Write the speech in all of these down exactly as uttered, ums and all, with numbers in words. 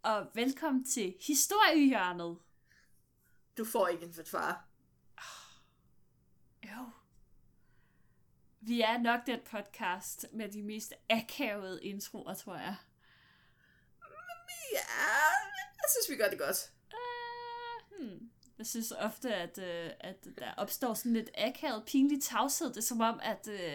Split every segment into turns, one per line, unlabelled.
og velkommen til Historiehjørnet.
Du får ikke en fanfare.
Jo. Vi er nok den podcast med de mest akavede introer, tror jeg.
Ja, jeg synes, vi gør det godt.
Uh, hmm. Jeg synes ofte, at, uh, at der opstår sådan lidt akavet, pinlig tavshed. Det er som om, at... Uh...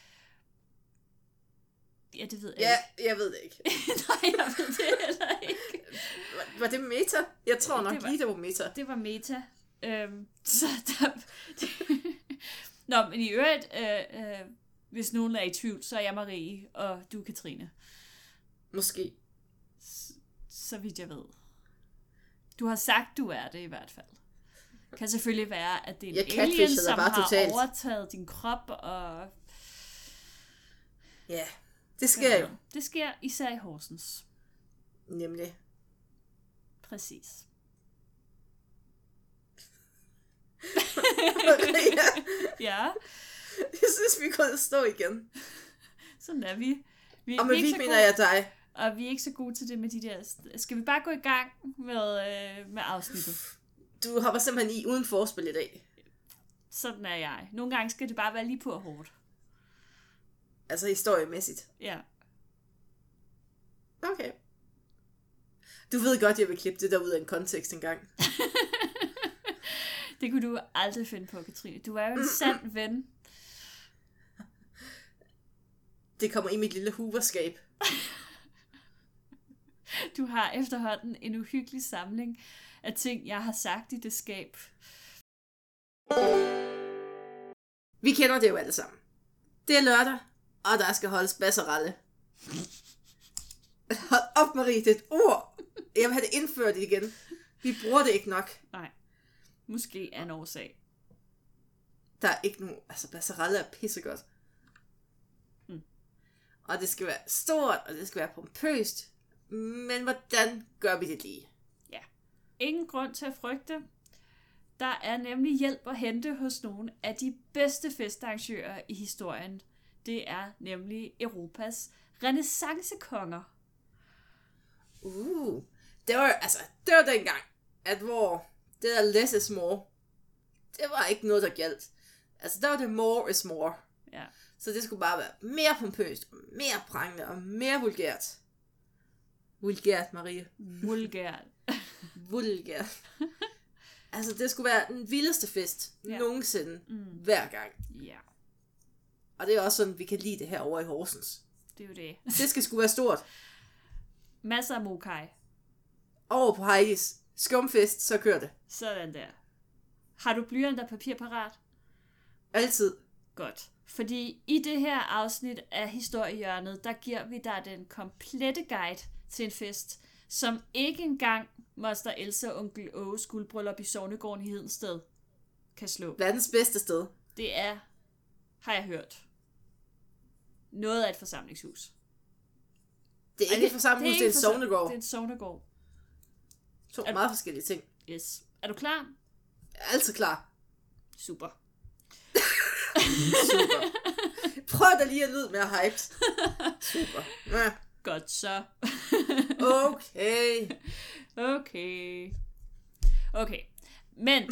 Ja, det ved jeg
ja,
ikke.
jeg ved det ikke.
Nej, jeg ved det heller ikke.
Var, var det meta? Jeg tror nok
det var,
lige, det var meta.
Det var meta. Øhm, så der... Nå, men i øvrigt, øh, øh, hvis nogen er i tvivl, så er jeg Marie, og du er Katrine.
Måske.
S- så vidt jeg ved. Du har sagt, du er det i hvert fald. Det kan selvfølgelig være, at det er en
jeg
alien, som
bare
har
totalt.
overtaget din krop, og...
Ja, det sker jo.
Det sker især i Horsens.
Nemlig.
Præcis.
Maria,
Ja.
jeg synes, vi kan stå igen.
Sådan er vi. vi
og med
vi,
vi
vi
mener jeg dig.
Og vi er ikke så gode til det med de der... Skal vi bare gå i gang med, øh, med afsnittet?
Du hopper simpelthen i uden forspil i dag.
Sådan er jeg. Nogle gange skal det bare være lige på og hårdt.
Altså historiemæssigt.
Ja.
Okay. Du ved godt, jeg vil klippe det der ud af en kontekst engang.
Det kunne du aldrig finde på, Katrine. Du er jo en sand ven.
Det kommer i mit lille huberskab.
Du har efterhånden en uhyggelig samling af ting, jeg har sagt i det skab.
Vi kender det jo alle sammen. Det er lørdag, og der skal holdes basseralle. Hold op, Marie, det er et ord. Jeg vil have det indført igen. Vi bruger det ikke nok.
Nej. Måske er en årsag.
Der er ikke nogen... Altså, basseralle er pissegodt.
Mm.
Og det skal være stort, og det skal være pompøst. Men hvordan gør vi det lige?
Ja. Ingen grund til at frygte. Der er nemlig hjælp at hente hos nogle af de bedste festarrangører i historien. Det er nemlig Europas renæssancekonger.
Uh, det var altså, det var dengang, at hvor det der less is more, det var ikke noget, der galt. Altså, der var det more is more.
Ja.
Så det skulle bare være mere pompøst, og mere prangende, og mere vulgært. Vulgært, Marie.
Vulgært.
Vulgært. Altså, det skulle være den vildeste fest
ja.
nogensinde,
mm.
hver gang.
Ja.
Og det er også sådan, vi kan lide det her over i Horsens.
Det er jo det.
Det skal sgu være stort.
Masser af mokai.
Over på Heidis skumfest, så kører det.
Sådan der. Har du blyant og papir parat?
Altid.
Godt. Fordi i det her afsnit af Historiehjørnet, der giver vi dig den komplette guide til en fest, som ikke engang moster Else og onkel Åges guldbryllup i Sognegården i Hedensted kan slå.
Verdens bedste sted.
Det er, har jeg hørt, noget af et forsamlingshus.
Det er ikke et forsamlingshus, det er en sognegård.
Det er en sognegård.
To er meget forskellige ting.
Yes. Er du klar?
Jeg er altid klar.
Super.
Super. Prøv da lige at lyde mere hyped. Super. Ja.
Godt så.
Okay.
Okay. Okay. Men.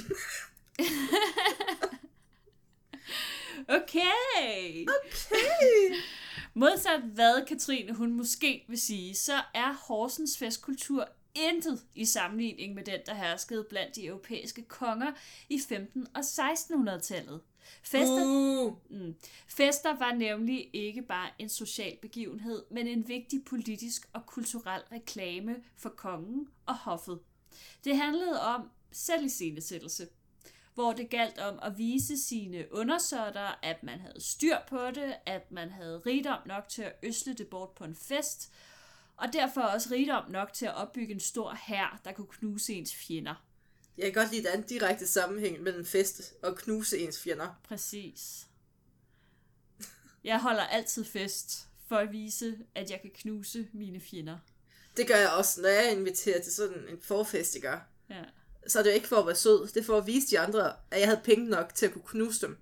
Okay.
Okay.
Modsat hvad Katrine hun måske vil sige, så er Horsens festkultur intet i sammenligning med den, der herskede blandt de europæiske konger i femten- og sekstenhundredetallet. Fester,
uh.
mm, fester var nemlig ikke bare en social begivenhed, men en vigtig politisk og kulturel reklame for kongen og hoffet. Det handlede om selviscenesættelse, hvor det galt om at vise sine undersåtter, at man havde styr på det, at man havde rigdom nok til at øsle det bort på en fest, og derfor også rigdom nok til at opbygge en stor hær, der kunne knuse ens fjender.
Jeg kan godt lide, at der er en direkte sammenhæng mellem fest og knuse ens fjender.
Præcis. Jeg holder altid fest for at vise, at jeg kan knuse mine fjender.
Det gør jeg også, når jeg inviterer til sådan en forfest, jeg gør.
Ja.
Så er det jo ikke for at være sød, det er for at vise de andre, at jeg havde penge nok til at kunne knuse dem.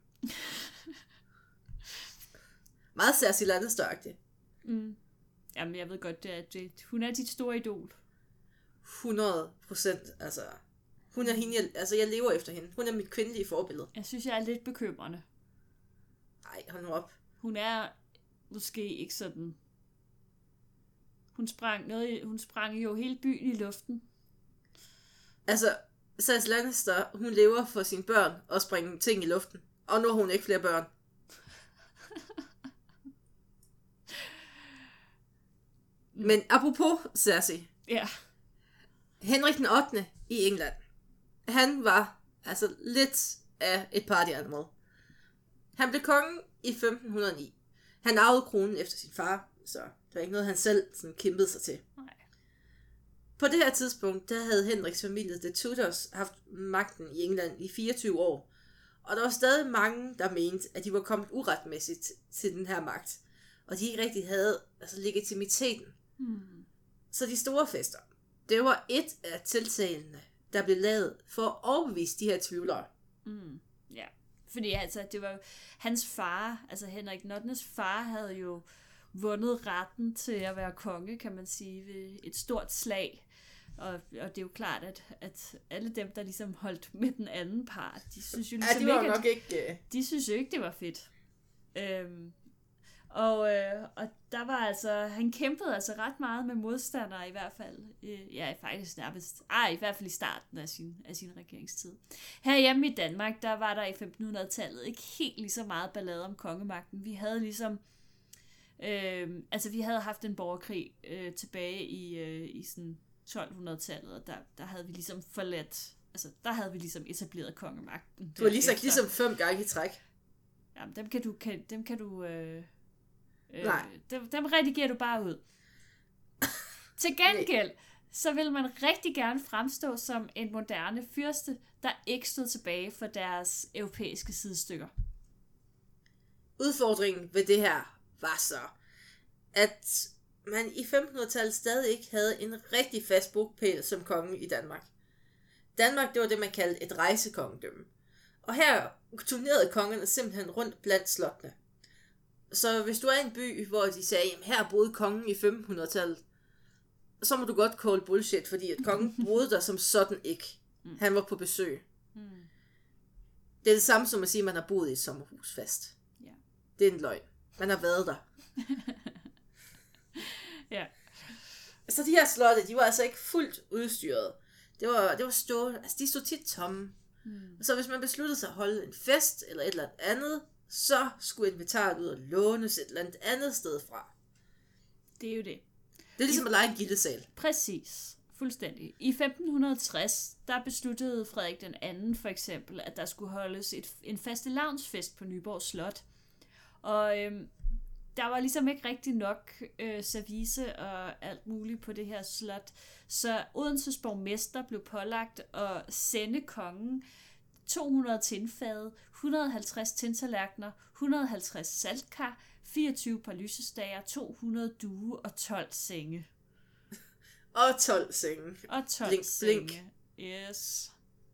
Meget Cersei Lannister-agtigt.
Mm. Jamen, jeg ved godt, det er, det, hun er dit store idol.
hundrede procent, altså, hun er hende, jeg, altså jeg lever efter hende. Hun er mit kvindelige forbillede.
Jeg synes, jeg er lidt bekymrende.
Nej, hold nu op.
Hun er måske ikke sådan... Hun sprang, noget, i- hun sprang jo hele byen i luften.
Altså, Cersei Lannister, hun lever for sine børn og springer ting i luften. Og nu har hun ikke flere børn. Men apropos Cersei,
Ja.
Henrik den ottende i England, han var altså lidt af et party animal. Han blev konge i femten hundrede og ni. Han arvede kronen efter sin far, så det var ikke noget, han selv sådan kæmpede sig til.
Nej.
På det her tidspunkt, der havde Henriks familie, The Tudors, haft magten i England i fireogtyve år. Og der var stadig mange, der mente, at de var kommet uretmæssigt til den her magt. Og de ikke rigtig havde altså, legitimiteten.
Hmm.
Så de store fester, det var et af tiltagene, der blev lavet for at overbevise de her tvivlere.
Mm. Ja. Fordi altså, det var jo hans far, altså Henrik den ottendes far, havde jo vundet retten til at være konge, kan man sige, ved et stort slag. Og, og det er jo klart, at, at alle dem, der ligesom holdt med den anden part, de synes jo ligesom
Ja, det var
ikke,
nok
at,
ikke... Uh...
de synes jo ikke, det var fedt. Øhm, og, øh, og der var altså, han kæmpede altså ret meget med modstandere i hvert fald. Øh, ja, faktisk nærmest, ej, i hvert fald i starten af sin, af sin regeringstid. Herhjemme i Danmark, der var der i femtenhundredetallet ikke helt lige så meget ballade om kongemagten. Vi havde ligesom, øh, altså vi havde haft en borgerkrig øh, tilbage i, øh, i sådan tolvhundredetallet, og der, der havde vi ligesom forladt, altså der havde vi ligesom etableret kongemagten.
Du har lige sagt
derefter.
ligesom fem gange i træk.
Jamen, dem kan du, kan, dem kan du, øh, øh,
Nej.
dem, dem redigerer du bare ud. Til gengæld, så vil man rigtig gerne fremstå som en moderne fyrste, der ikke stod tilbage for deres europæiske sidestykker.
Udfordringen ved det her var så, at man i femtenhundredetallet stadig ikke havde en rigtig fast bopæl som konge i Danmark. Danmark, det var det, man kaldte et rejsekongedømme. Og her turnerede kongerne simpelthen rundt blandt slottene. Så hvis du er i en by, hvor de sagde, jamen her boede kongen i femtenhundredetallet, så må du godt call bullshit, fordi at kongen boede der som sådan ikke. Han var på besøg.
Hmm.
Det er det samme som at sige, at man har boet i et sommerhus fast.
Ja.
Det er en løgn. Man har været der.
Ja.
Så de her slotte, de var altså ikke fuldt udstyret. Det var, det var stå, altså de stod tit tomme.
Hmm.
Så hvis man besluttede sig at holde en fest eller et eller andet, så skulle inventaret ud og lånes et eller andet andet sted fra.
Det er jo det.
Det er ligesom at lege en gildesal.
Præcis. Fuldstændig. I femten tres, der besluttede Frederik den anden for eksempel, at der skulle holdes et, en fastelavnsfest på Nyborg Slot. Og øhm, der var ligesom ikke rigtig nok øh, service og alt muligt på det her slot. Så Odenses borgmester blev pålagt at sende kongen to hundrede tindfade, et hundrede og halvtreds tindtallerkener, et hundrede og halvtreds saltkar, fireogtyve par lysestager, to hundrede duge og tolv senge.
Og tolv senge.
Og tolv
Blink,
senge.
blink.
Yes.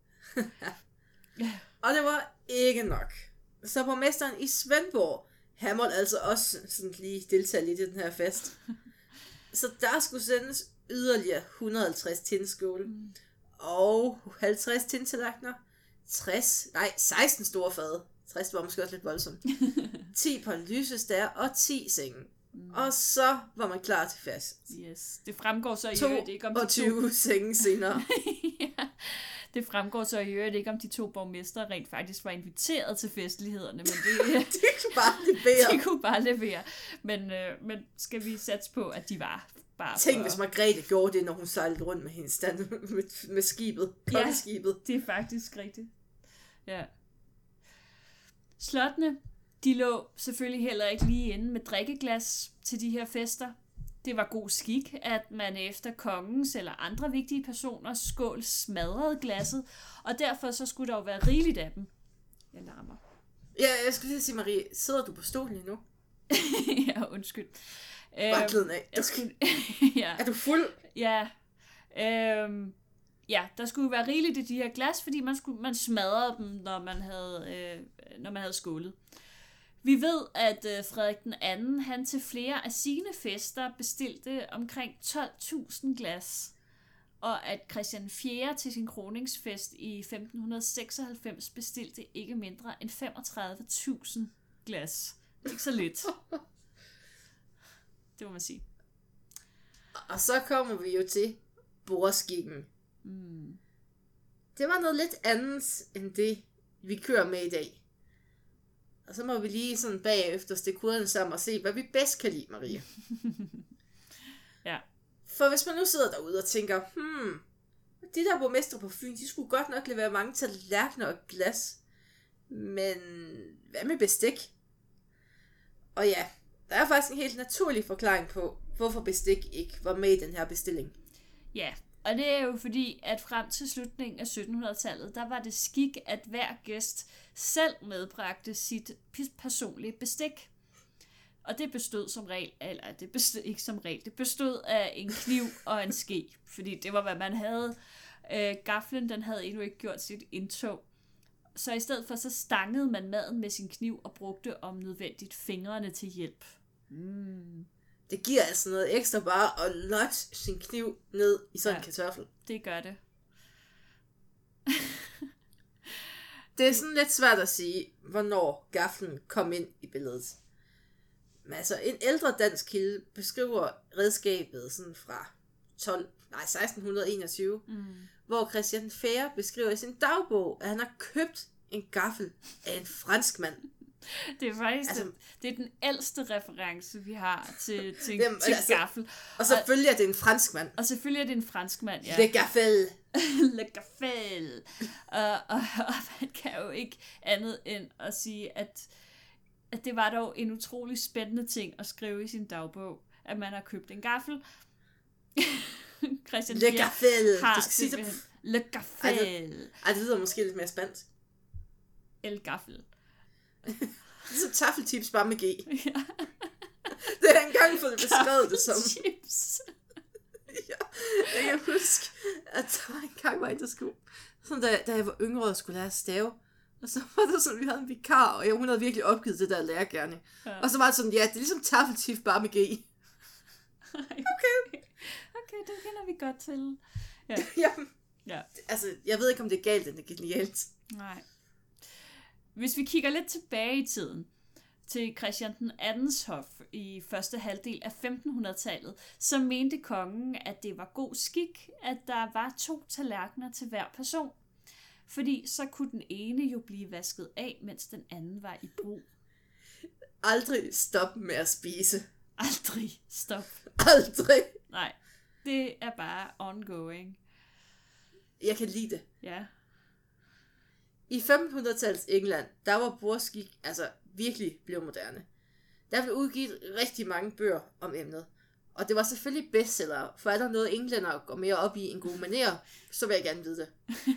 Og det var ikke nok. Så borgmesteren i Svendborg, han måtte altså også sådan lige deltage lidt i den her fest. Så der skulle sendes yderligere et hundrede og halvtreds tindskåle. Mm. Og halvtreds tindtallerkener. tres, nej, seksten store fade. tres var måske også lidt voldsomt. ti par lysestager og ti senge. Mm. Og så var man klar til fest.
Yes. Det fremgår så i øvrigt ikke om de
toogtyve
to...
senge senere.
Ja. Det fremgår så i øvrigt ikke om de to borgmestre rent faktisk var inviteret til festlighederne, men det...
de kunne bare levere.
De kunne bare levere. Men, øh, men skal vi satse på, at de var bare...
Tænk,
for...
hvis Margrethe gjorde det, når hun sejlede rundt med hendes stand med, med skibet. Kongeskibet.
Ja, det er faktisk rigtigt. Ja. Slottene, de lå selvfølgelig heller ikke lige inde med drikkeglas til de her fester. Det var god skik, at man efter kongens eller andre vigtige personers skål smadrede glasset, og derfor så skulle der jo være rigeligt af dem. Jeg larmer.
Ja, jeg skulle lige sige, Marie, sidder du på stolen endnu?
Ja, undskyld.
Bare klæden af.
Jeg skulle... ja.
Er du fuld?
Ja. Øhm... Ja, der skulle være rigeligt i de her glas, fordi man, skulle, man smadrede dem, når man havde, øh, når man havde skålet. Vi ved, at øh, Frederik den anden, han til flere af sine fester bestilte omkring tolv tusind glas. og at Christian den fjerde til sin kroningsfest i femten seksoghalvfems bestilte ikke mindre end femogtredive tusind glas. Det er ikke så lidt. Det må man sige.
Og så kommer vi jo til bordskikken.
Mm.
Det var noget lidt andet, end det, vi kører med i dag. Og så må vi lige sådan bagefter stikke hovederne sammen og se, hvad vi bedst kan lide, Marie.
Ja.
For hvis man nu sidder derude og tænker, hmm, de der borgmestre på Fyn, de skulle godt nok levere mange tallerkener og glas. Men hvad med bestik? Og ja, der er faktisk en helt naturlig forklaring på, hvorfor bestik ikke var med i den her bestilling.
Ja, og det er jo fordi, at frem til slutningen af syttenhundredetallet, der var det skik, at hver gæst selv medbragte sit personlige bestik. Og det bestod som regel, eller det bestod ikke som regel, det bestod af en kniv og en ske, fordi det var, hvad man havde. Øh, gaflen, den havde endnu ikke gjort sit indtog. Så i stedet for, så stangede man maden med sin kniv og brugte om nødvendigt fingrene til hjælp. Mm.
Det giver altså noget ekstra bare at notch sin kniv ned i sådan ja, en kartoffel.
Det gør det.
Det er sådan lidt svært at sige, hvornår gaflen kom ind i billedet. Men altså, en ældre dansk kilde beskriver redskabet sådan fra tolv, nej, seksten enogtyve, mm. hvor Christian den fjerde beskriver i sin dagbog, at han har købt en gaffel af en franskmand.
Det er faktisk altså, den, det er den ældste reference, vi har til, til,
jamen,
til
altså,
gaffel.
Og selvfølgelig er det en franskmand.
Og selvfølgelig er det en franskmand, ja.
Le gaffel.
Le gaffel. og, og, og man kan jo ikke andet end at sige, at, at det var dog en utrolig spændende ting at skrive i sin dagbog, at man har købt en gaffel.
Christian Le gaffel.
Har du skal sige det. Le gaffel. Ej,
det, ej, det lyder måske lidt mere spansk.
El gaffel.
Det er som taffeltips bare med G. Ja. Det har jeg engang fået beskrevet det som.
Taffeltips.
Ja, jeg kan huske, at der var en gang, hvor jeg der skulle, sådan da, da jeg var yngre og skulle lære at stave, og så var det sådan, vi havde en vikar, og jeg, hun havde virkelig opgivet det der lærergærning. Ja. Og så var det sådan, ja, det er ligesom taffeltips bare med G.
Okay. Okay, okay, det kender vi godt til. Ja.
Ja.
Ja.
Altså, jeg ved ikke, om det er galt, eller det er genialt.
Nej. Hvis vi kigger lidt tilbage i tiden, til Christian den andens hof i første halvdel af femtenhundredetallet, så mente kongen, at det var god skik, at der var to tallerkener til hver person. Fordi så kunne den ene jo blive vasket af, mens den anden var i brug.
Aldrig stop med at spise.
Aldrig stop.
Aldrig.
Nej, det er bare ongoing.
Jeg kan lide det.
Ja.
I femtenhundredetallets England, der var bordskik altså virkelig blevet moderne. Der blev udgivet rigtig mange bøger om emnet. Og det var selvfølgelig bestseller, for er der noget englænder går mere op i en god manér, så vil jeg gerne vide det.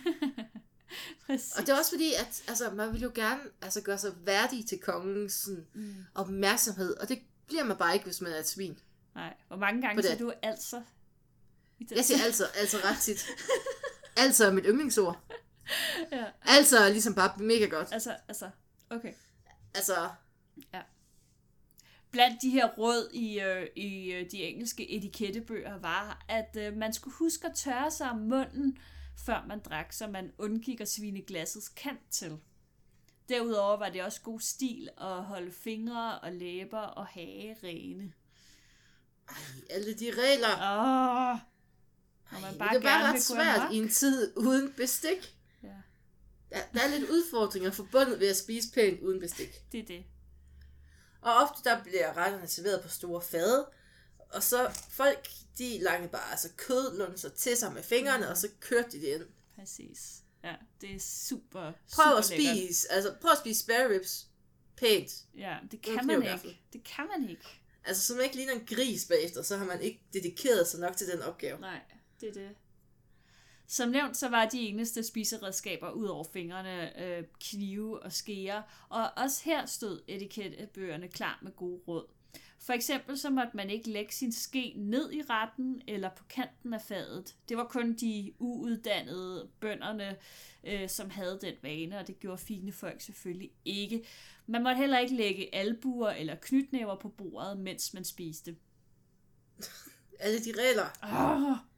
Og det er også fordi, at altså, man vil jo gerne altså, gøre sig værdig til kongens sådan, mm. opmærksomhed, og det bliver man bare ikke, hvis man er et svin.
Nej, hvor mange gange siger du altså?
Jeg siger altså, altså ret tit. Altså er mit yndlingsord.
Ja.
Altså er ligesom bare mega godt.
Altså, altså, okay.
Altså.
Ja. Blandt de her råd i, øh, i øh, de engelske etikettebøger var, at øh, man skulle huske at tørre sig om munden, før man drak, så man undgik at svine glassets kant til. Derudover var det også god stil at holde fingre og læber og hage rene.
Ej, alle de regler.
Åh,
Ej, man bare det er bare ret svært i en tid uden bestik.
Ja.
Der, der er lidt udfordringer forbundet ved at spise pænt uden bestik.
Det er det.
Og ofte der bliver retterne serveret på store fade, og så folk, de langede bare altså kødlunser til sig med fingrene, mm. og så kørte de det ind.
Præcis. Ja, det er super,
prøv
super
at spise, altså prøv at spise spare ribs pænt.
Ja, det kan man ikke. Det kan man ikke.
Altså, så man ikke ligner en gris bagefter, så har man ikke dedikeret sig nok til den opgave.
Nej, det er det. Som nævnt, så var de eneste spiseredskaber ud over fingrene, øh, knive og skeer, og også her stod etikettebøgerne klar med gode råd. For eksempel så måtte man ikke lægge sin ske ned i retten eller på kanten af fadet. Det var kun de uuddannede bønderne, øh, som havde den vane, og det gjorde fine folk selvfølgelig ikke. Man måtte heller ikke lægge albuer eller knytnæver på bordet, mens man spiste.
Alle de regler.
Oh.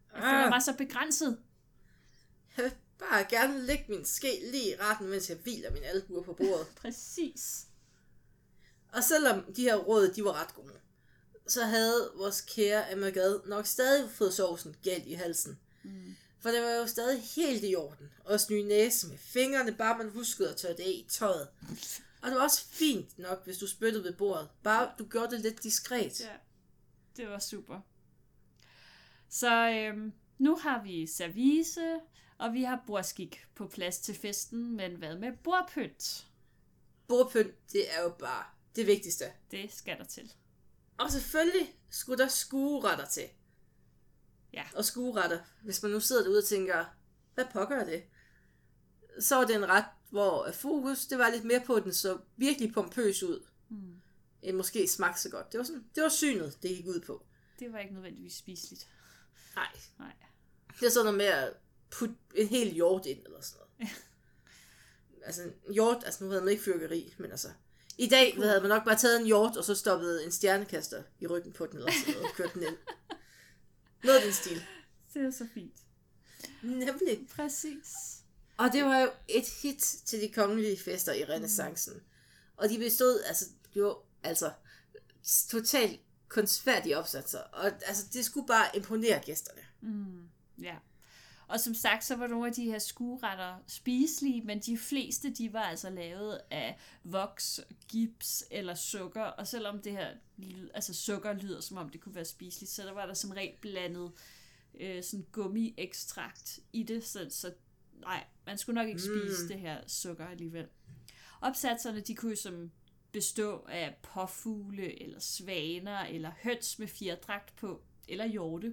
Jeg føler mig så begrænset.
Jeg vil bare gerne lægge min ske lige i retten, mens jeg hviler min albuer på bordet.
Præcis.
Og selvom de her råd, de var ret gode, så havde vores kære Emma Gad nok stadig fået sovsen galt i halsen. Mm. For det var jo stadig helt i orden at snyde næse med fingrene, bare man huskede at tørre det af i tøjet. Og det var også fint nok, hvis du spyttede ved bordet. Bare du gjorde det lidt diskret.
Ja, det var super. Så øhm, nu har vi service, og vi har bordskik på plads til festen, men hvad med bordpynt?
Bordpynt, det er jo bare det vigtigste.
Det skal der til.
Og selvfølgelig skulle der skueretter til.
Ja.
Og skueretter, hvis man nu sidder derude og tænker, hvad pokker er det? Så var det en ret, hvor fokus, det var lidt mere på, at den så virkelig pompøs ud. Hmm. End måske smagte så godt. Det var, sådan, det var synet, det gik ud på.
Det var ikke nødvendigvis spiseligt.
Nej.
Nej.
Det er sådan noget med at putte en hel hjort ind, eller sådan noget. Altså en hjort, altså nu havde man ikke fyrkeri, men altså... I dag cool. havde man nok bare taget en hjort, og så stoppet en stjernekaster i ryggen på den, eller sådan noget, og kørt den ind. Noget af den stil.
Det er så fint.
Nemlig.
Præcis.
Og det var jo et hit til de kongelige fester i renæssancen. Mm. Og de bestod, altså, jo, altså, totalt kunstfærdige opsatser. Og altså, det skulle bare imponere gæsterne.
Mm. Ja. Og som sagt, så var nogle af de her skueretter spiselige, men de fleste, de var altså lavet af voks, gips eller sukker. Og selvom det her, altså sukker lyder, som om det kunne være spiseligt, så der var der som regel blandet øh, sådan gummiekstrakt i det, så, så nej, man skulle nok ikke spise mm. det her sukker alligevel. Opsatserne, de kunne som bestå af påfugle, eller svaner, eller høns med fjerdragt på, eller hjorte.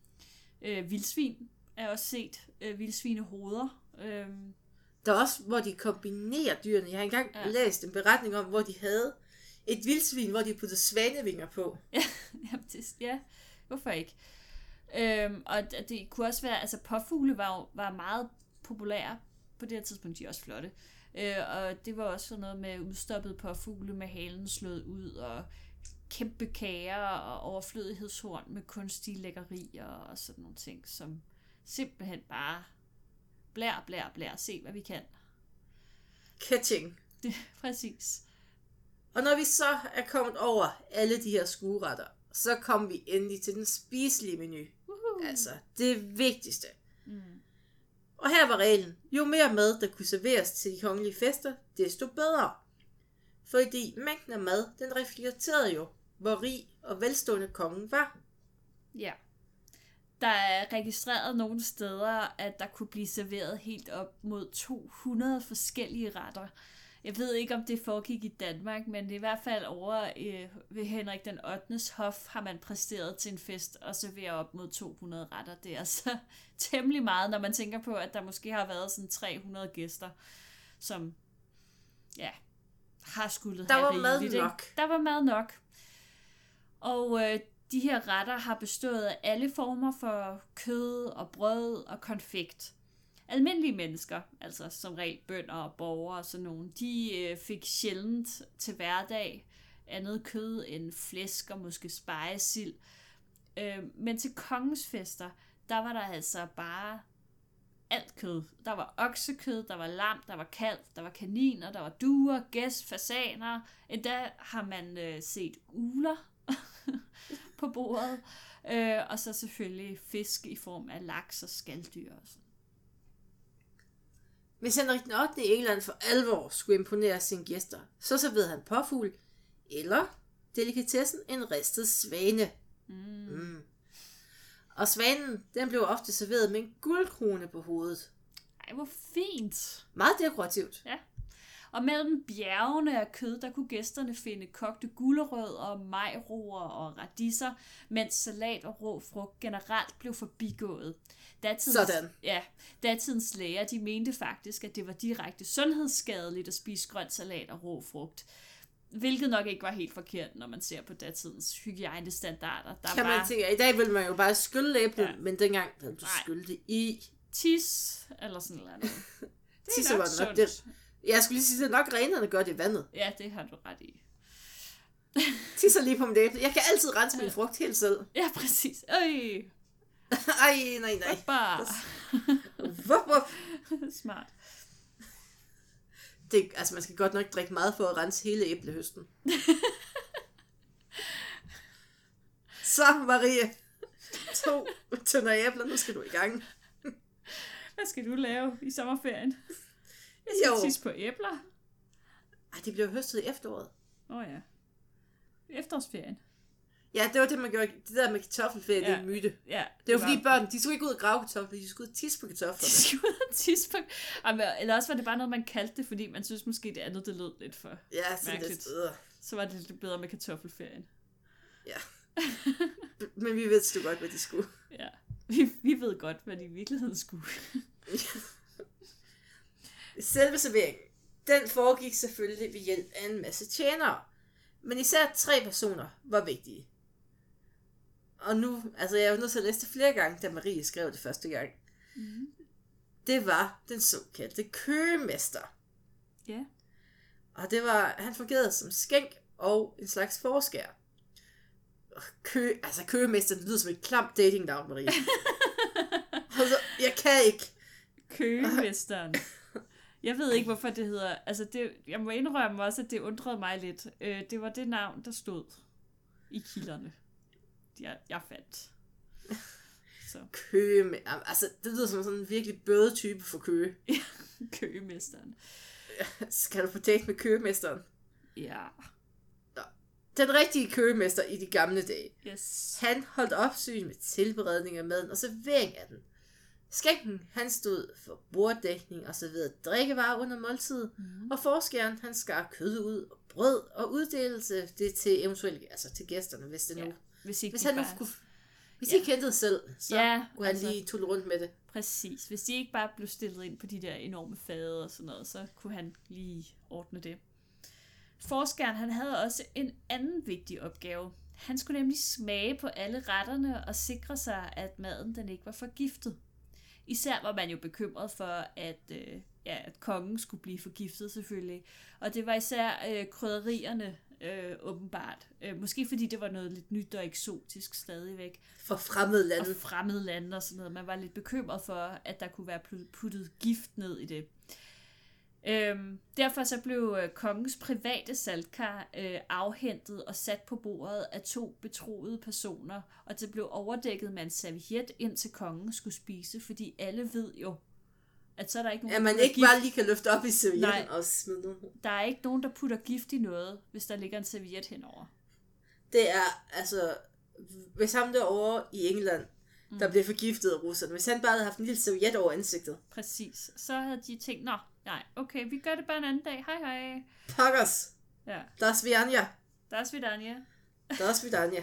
Øh, vildsvin er også set, øh, vildsvinehoveder. Øh.
Der er også, hvor de kombinerer dyrene. Jeg har engang ja. læst en beretning om, hvor de havde et vildsvin, hvor de puttede svanevinger på.
Ja, det, ja. Hvorfor ikke? Øhm, og det kunne også være, altså påfugle var, var meget populære på det her tidspunkt, de er også flotte. Øh, og det var også sådan noget med udstoppet påfugle med halen slået ud, og kæmpe kager og overflødighedshorn med kunstige lækkerier og sådan nogle ting, som simpelthen bare blær, blær, blær, se hvad vi kan.
Catching.
Det, præcis.
Og når vi så er kommet over alle de her skueretter, så kom vi endelig til den spiselige menu. Uh-huh. Altså, det vigtigste. Mm. Og her var reglen, jo mere mad, der kunne serveres til de kongelige fester, desto bedre. Fordi mængden af mad, den reflekterede jo, hvor rig og velstående kongen var.
Ja. Der er registreret nogle steder, at der kunne blive serveret helt op mod to hundrede forskellige retter. Jeg ved ikke, om det foregik i Danmark, men i hvert fald over øh, ved Henrik den ottendes hof har man præsteret til en fest og servere op mod to hundrede retter. Det er altså temmelig meget, når man tænker på, at der måske har været sådan tre hundrede gæster, som ja, har skulle
der
have
var mad
rigeligt,
nok.
Der var mad nok. Og øh, de her retter har bestået af alle former for kød og brød og konfekt. Almindelige mennesker, altså som regel bønder og borgere og sådan nogen, de øh, fik sjældent til hverdag andet kød end flæsk og måske spegesild. Øh, men til kongens fester, der var der altså bare alt kød. Der var oksekød, der var lam, der var kalv, der var kaniner, der var duer, gæs, fasaner. Endda har man øh, set ugler på bordet. Øh, og så selvfølgelig fisk i form af laks og skaldyr og sådan.
Hvis Henrik den ottende i England for alvor skulle imponere sine gæster, så serverede han påfugl, eller delikatessen en ristet svane. Mm. Mm. Og svanen, den blev ofte serveret med en guldkrone på hovedet.
Ej, hvor fint.
Meget dekorativt.
Ja. Og mellem bjergene af kød, der kunne gæsterne finde kogte gulerødder, majroer og radisser, mens salat og rå frugt generelt blev forbigået. Datidens,
Sådan.
Ja, datidens læger, de mente faktisk, at det var direkte sundhedsskadeligt at spise grønt salat og rå frugt. Hvilket nok ikke var helt forkert, når man ser på datidens hygiejnestandarder. Der
kan man
var...
tænke, i dag ville man jo bare skylde æblet, ja. Men dengang havde du skylde det i
tis, eller sådan noget. Det er
tis
nok
var
sundt.
nok det. Jeg skulle lige sige, at nok renerne gør det i vandet.
Ja, det har du ret i.
Tisser lige på mit æble. Jeg kan altid rense min frugt helt selv.
Ja, præcis. Øj.
Ej, nej, nej.
Bare.
Vup, vup.
Smart.
Det, altså, man skal godt nok drikke meget for at rense hele æblehøsten. Så, Marie. To tønder æbler, nu skal du i gang.
Hvad skal du lave i sommerferien? Jeg skal
Jo.
tisse på æbler.
Ej, det blev høstet i efteråret.
Åh oh, ja. Efterårsferien.
Ja, det var det, man gjorde. Det der med kartoffelferie, ja. Det er en myte.
Ja,
Det var fordi børn, de skulle ikke ud og grave kartofler, de skulle ud og tisse på
De
kartoflerne.
skulle ud og tisse på... Jamen, eller også var det bare noget, man kaldte det, fordi man synes måske, det andet, det lød lidt for
Ja, sådan
mærkeligt.
lidt bedre.
Så var det lidt bedre med kartoffelferien.
Ja. Men vi ved sgu godt, hvad de skulle.
Ja, vi, vi ved godt, hvad de i virkeligheden skulle.
Selve serveringen, den foregik selvfølgelig ved hjælp af en masse tjenere. Men især tre personer var vigtige. Og nu, altså jeg er jo nødt til at læse det flere gange, da Marie skrev det første gang.
Mm.
Det var den såkaldte køgemester.
Ja. Yeah.
Og det var, han fungerede som skænk og en slags forskær. Kø, altså køgemester, det lyder som et klamt datingnavn, Marie. Altså, jeg kan ikke.
Køgemesteren. Jeg ved ikke, hvorfor det hedder... Altså, det, jeg må indrømme også, at det undrede mig lidt. Øh, det var det navn, der stod i kilderne. Jeg, jeg fandt. Så.
Køgemester. Altså, det lyder som sådan en virkelig bøde type for køge.
Køgemesteren.
Skal du på date med køgemesteren?
Ja.
Den rigtige køgemester i de gamle dage.
Yes.
Han holdt opsyn med tilberedning af maden og servering af den. Skænken, han stod for borddækning og serverede drikkevarer under måltidet, mm. og forskeren, han skar kød ud og brød og uddelelse det til eventuelt, altså til gæsterne, hvis det nu,
ja, hvis, ikke
hvis han
bare...
nu kunne, hvis
ja.
de kendte det selv, så
ja,
kunne han
altså,
lige tulle rundt med det.
Præcis. Hvis de ikke bare blev stillet ind på de der enorme fade og sådan noget, så kunne han lige ordne det. Forskeren, han havde også en anden vigtig opgave. Han skulle nemlig smage på alle retterne og sikre sig, at maden den ikke var forgiftet. Især var man jo bekymret for, at, øh, ja, at kongen skulle blive forgiftet selvfølgelig. Og det var især øh, krydderierne øh, åbenbart. Øh, måske fordi det var noget lidt nyt og eksotisk stadigvæk.
For fremmede lande.
Og fremmede lande og sådan noget. Man var lidt bekymret for, at der kunne være puttet gift ned i det. Øhm, derfor så blev øh, kongens private saltkar øh, afhentet og sat på bordet af to betroede personer, og det blev overdækket med en serviet, indtil kongen skulle spise, fordi alle ved jo, at så er der ikke nogen,
ja, man
der
ikke
gift.
bare lige kan løfte op i servietten og smide noget.
Der er ikke nogen, der putter gift i noget, hvis der ligger en serviet henover.
Det er, altså, hvis ham derovre i England, mm. der blev forgiftet af russerne, hvis han bare havde haft en lille serviet over ansigtet. Præcis.
Så havde de tænkt, nå, nej, okay, vi gør det bare en anden dag. Hej, hej.
Pokkers.
Ja.
Der er svidanja.
Der er svidanja.
Der er svidanja.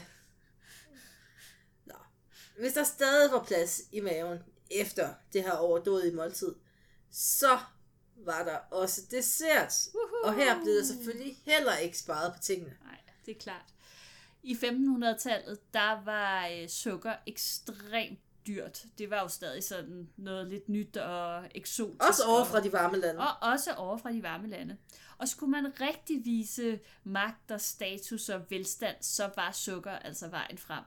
Nå. Hvis der stadig var plads i maven efter det her overdådige måltid, så var der også dessert. Woohoo! Og her blev der selvfølgelig heller ikke sparet på tingene.
Nej, det er klart. I femtenhundredetallet, der var øh, sukker ekstremt dyrt. Det var jo stadig sådan noget lidt nyt og eksotisk.
Også over fra de varme lande.
Og også over fra de varme lande. Og skulle man rigtig vise magt og status og velstand, så var sukker altså vejen frem.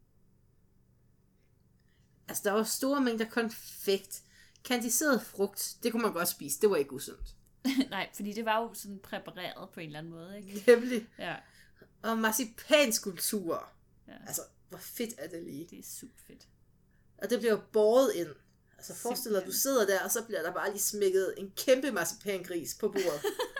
Altså, der var store mængder konfekt. Kandiseret frugt, det kunne man godt spise. Det var ikke usundt.
Nej, fordi det var jo sådan præpareret på en eller anden måde, ikke?
Nemlig.
Ja.
Og marcipanskulpturer. Ja. Altså, hvor fedt er det lige?
Det er super fedt.
Og det bliver båret ind. Altså forestil dig, at du sidder der, og så bliver der bare lige smækket en kæmpe marcipangris på bordet.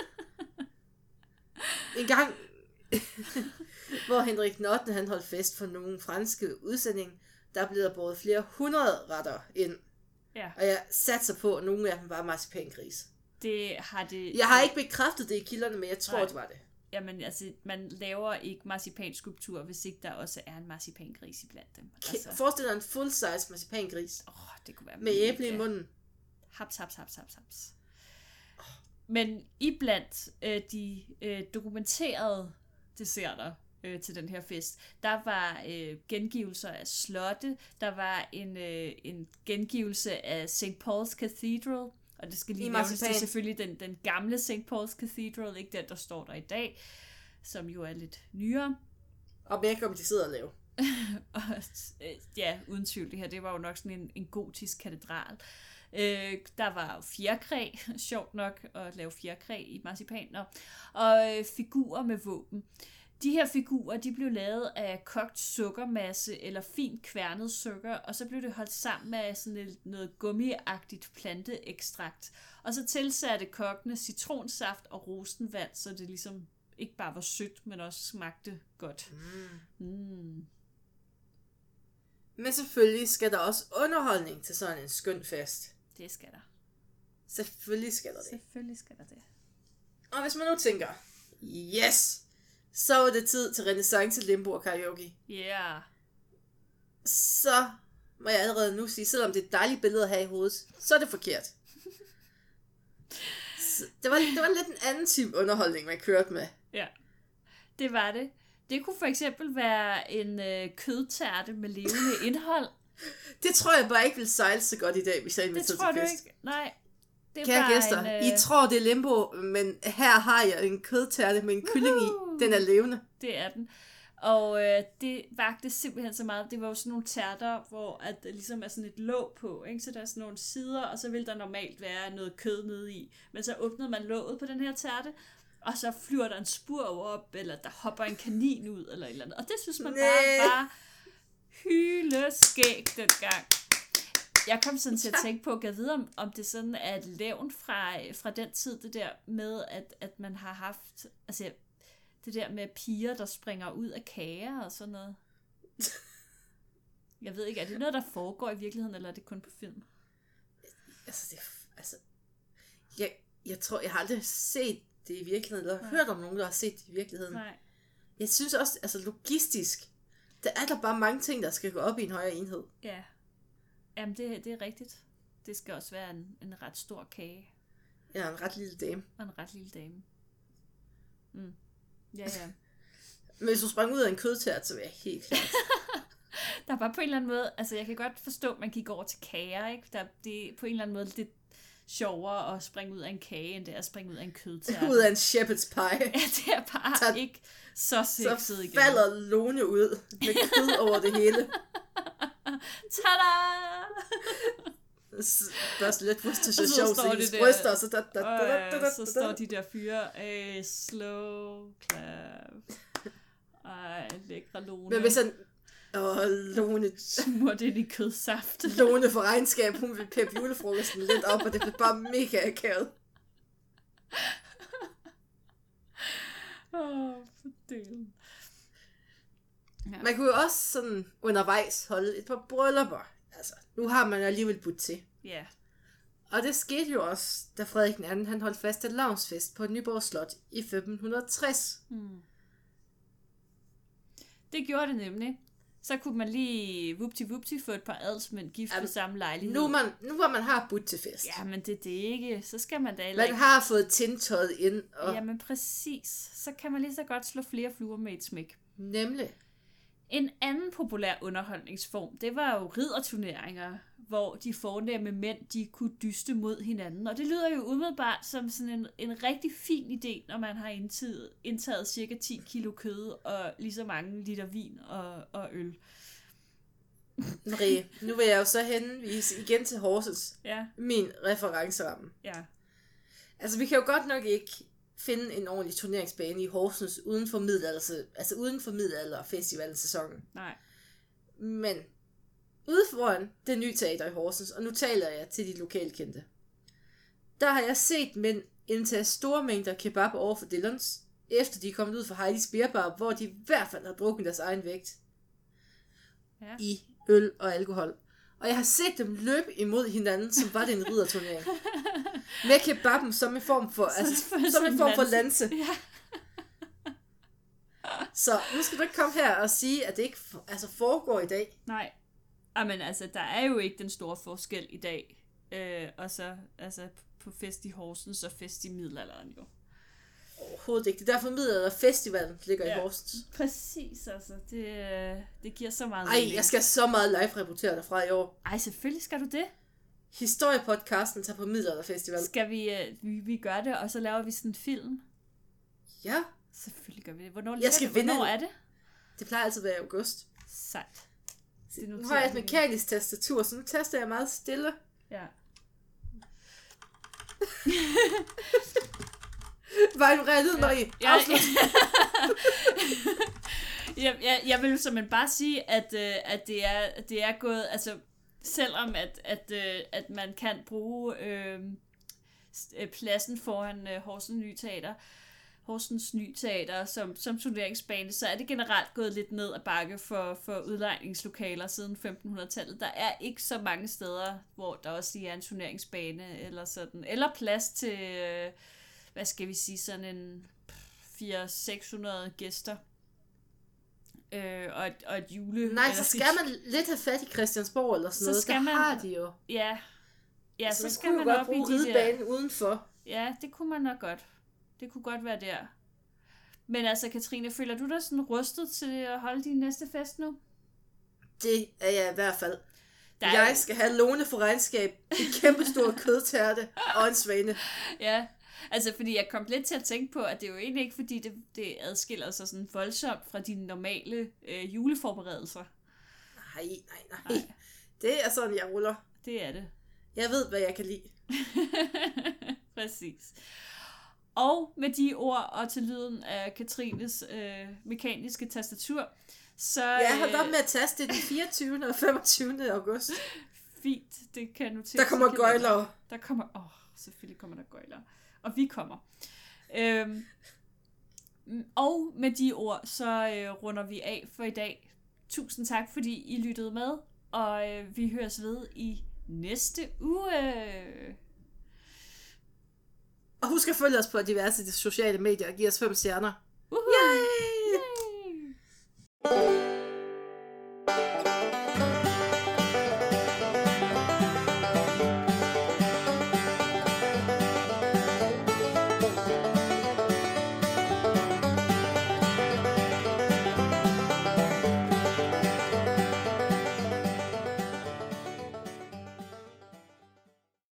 En gang, hvor Henrik den ottende han holdt fest for nogle franske udsending, der blev der båret flere hundrede retter ind.
Ja.
Og jeg satser på, at nogle af dem var marcipangris.
Det har det...
Jeg har ikke bekræftet det i kilderne, men jeg tror,
Nej.
det var det.
Jamen, altså, man laver ikke marcipanskulptur, hvis ikke der også er en marcipangris i blandt dem. Altså.
Forestil dig en full-size marcipangris.
Åh, oh, det kunne være
med æble i munden.
Haps, haps, haps, haps, haps. Oh. Men iblandt øh, de øh, dokumenterede desserter øh, til den her fest, der var øh, gengivelser af slotte, der var en, øh, en gengivelse af Saint Paul's Cathedral, og det skal lige nævnes, det er selvfølgelig den, den gamle Saint Paul's Cathedral, ikke den, der står der i dag, som jo er lidt nyere.
Og mere kompliceret at lave.
og, ja, uden tvivl, det her, det var jo nok sådan en, en gotisk katedral. Øh, der var fjerkræ, sjovt nok at lave fjerkræ i marcipaner, og øh, figurer med våben. De her figurer, de blev lavet af kogt sukkermasse eller fint kværnet sukker, og så blev det holdt sammen med sådan et, noget gummiagtigt planteekstrakt. Og så tilsatte kokkene citronsaft og rosenvand, så det ligesom ikke bare var sødt, men også smagte godt. Mm. Mm.
Men selvfølgelig skal der også underholdning til sådan en skøn fest.
Det skal der.
Selvfølgelig skal der det.
Selvfølgelig skal der det.
Og hvis man nu tænker, yes, så er det tid til Renaissance, Limbo og karaoke.
Ja. Yeah.
Så må jeg allerede nu sige, selvom det er et dejligt billede at have i hovedet, så er det forkert. Så det, var, det var lidt en anden type underholdning, man kørte med.
Ja, det var det. Det kunne for eksempel være en øh, kødtærte med levende indhold.
Det tror jeg bare ikke vil sejle så godt i dag, hvis jeg inviterer til fest.
Det tror du ikke? Nej. Det er
Kære gæster, en, øh... I tror det er Limbo, men her har jeg en kødtærte med en kylling i. Den er levende.
Det er den. Og øh, det vagte simpelthen så meget. Det var jo sådan nogle tærter, hvor at der ligesom er sådan et låg på, ikke? Så der er sådan nogle sider, og så vil der normalt være noget kød nede i. Men så åbnede man låget på den her tærte, og så flyver der en spurv op, eller der hopper en kanin ud, eller et eller andet. Og det synes man Næh. bare var hyleskægt dengang. Jeg kom sådan til at tænke på, at jeg vide, om, om det sådan er et levn fra, fra den tid, det der med, at, at man har haft, altså det der med piger, der springer ud af kager og sådan noget. Jeg ved ikke, er det noget, der foregår i virkeligheden, eller er det kun på film?
Altså, det, altså jeg, jeg tror, jeg har aldrig set det i virkeligheden, eller Nej. hørt om nogen, der har set det i virkeligheden.
Nej.
Jeg synes også, altså logistisk, der er der bare mange ting, der skal gå op i en højere enhed.
Ja. Jamen, det, det er rigtigt. Det skal også være en, en ret stor kage.
Ja, en ret lille dame.
Og en ret lille dame. Mm. Ja, ja.
Men hvis du sprang ud af en kødtært, så vil jeg helt klart.
Der var på en eller anden måde, altså jeg kan godt forstå, at man gik over til kager, ikke? Der, det er på en eller anden måde lidt sjovere at springe ud af en kage, end det er at springe ud af en kødtært.
Ud af en shepherd's pie.
Ja, det er bare Tag, ikke så sexet igen.
Så falder Lone ud med kød over det hele.
Tada!
Børst lidt bryster, så sjovt, så de bryster, og så da, da, da, da, da, da,
så står de der fyre, øh, slow clap. Ej, lækre Lone.
Men hvis han, åh, Lone.
Smurt ind i kødsaft.
Lone for regnskab, hun vil peppe julefrokosten lidt op, og det bliver bare mega akavet.
Åh, oh, for delen.
Ja. Man kunne jo også sådan undervejs holde et par bryllupper. Altså, nu har man alligevel budt til.
Ja. Yeah.
Og det skete jo også, da Frederik den anden, han holdt fast til lavnsfest på Nyborg Slot i femten tres.
Hmm. Det gjorde det nemlig. Så kunne man lige vupti-vupti få et par adelsmænd gift på samme lejlighed.
Nu, man, nu hvor man har budt til fest.
Ja, men det, det er ikke. Så skal man da
heller ikke. Man har fået tindtøjet ind. Og...
Jamen præcis. Så kan man lige så godt slå flere fluer med et smæk.
Nemlig.
En anden populær underholdningsform, det var jo ridderturneringer, hvor de fornemme mænd, de kunne dyste mod hinanden. Og det lyder jo umiddelbart som sådan en, en rigtig fin idé, når man har indtaget, indtaget cirka ti kilo kød og lige så mange liter vin og, og øl.
Marie, nu vil jeg jo så henvise igen til Horsens.
Ja.
Min referenceramme.
Ja.
Altså, vi kan jo godt nok ikke finde en ordentlig turneringsbane i Horsens uden for middelalder, altså uden for middelalderfestivalsæsonen.
Nej.
Men ude foran det nye teater i Horsens, og nu taler jeg til de lokalkendte, der har jeg set mænd indtage store mængder kebab over for Dillons, efter de er kommet ud fra Heidi's Beerbar, hvor de i hvert fald har drukket deres egen vægt
ja.
i øl og alkohol. Og jeg har set dem løbe imod hinanden, som var det en ridderturnering. Med kebaben som en form for, altså, som en form for lanse. Ja. Så nu skal du ikke komme her og sige, at det ikke for, altså foregår i dag.
Nej. Jamen altså, der er jo ikke den store forskel i dag. Øh, og så altså, på fest i Horsens og fest i middelalderen jo.
Overhovedet ikke. Det er derfor middelalderfestivalen ligger ja, i Horsens.
Præcis, altså. Det, det giver så meget.
Ej, jeg skal så meget live-rapportere derfra i år.
Ej, selvfølgelig skal du det.
Historiepodcasten tager på middelalderfestival.
Skal vi, vi, vi gøre det, og så laver vi sådan en film?
Ja.
Selvfølgelig gør vi det. Hvornår,
jeg skal vinde.
Hvornår er det?
Det plejer altid at være i august.
Sejt.
Nu har jeg et mekanisk tastatur, så nu taster jeg meget stille.
Ja.
Var I reddet, Marie?
Ja. Ja. jeg, jeg, jeg vil simpelthen bare sige, at, øh, at det, er, det er gået, altså selvom at, at, øh, at man kan bruge øh, pladsen foran øh, Horsens Nye Teater, Horsens Nye Teater som, som turneringsbane, så er det generelt gået lidt ned ad bakke for, for udlejningslokaler siden femtenhundredetallet. Der er ikke så mange steder, hvor der også lige er en turneringsbane eller sådan, eller plads til, øh, hvad skal vi sige, sådan en fire hundrede til seks hundrede gæster. Øh, og, et, og et jule...
Nej, så skal man lidt have fat i Christiansborg eller sådan
så
noget.
Skal
der
man,
har de jo.
Ja, ja så, så skal man
godt
op
bruge
i de
ridebanen
der...
udenfor.
Ja, det kunne man nok godt. Det kunne godt være der. Men altså, Katrine, føler du dig sådan rustet til at holde din næste fest nu?
Det er jeg i hvert fald.
Der er...
Jeg skal have låne for regnskab, en kæmpe stor kødtærte og en svane.
Ja, altså fordi jeg kom lidt til at tænke på, at det er jo egentlig ikke, fordi det, det adskiller sig sådan voldsomt fra dine normale øh, juleforberedelser.
Nej, nej, nej, nej. Det er sådan, jeg ruller.
Det er det.
Jeg ved, hvad jeg kan lide.
Præcis. Og med de ord og til lyden af Katrines øh, mekaniske tastatur, så...
Ja, hold op med at taste den fireogtyvende og femogtyvende august.
Fint, det kan noteres.
Der kommer gøjler.
Der kommer... Åh, oh, selvfølgelig kommer der gøjler. Og vi kommer. Øhm, og med de ord, så øh, runder vi af for i dag. Tusind tak, fordi I lyttede med, og øh, vi høres ved i næste uge.
Og husk at følge os på diverse sociale medier og give os fem stjerner.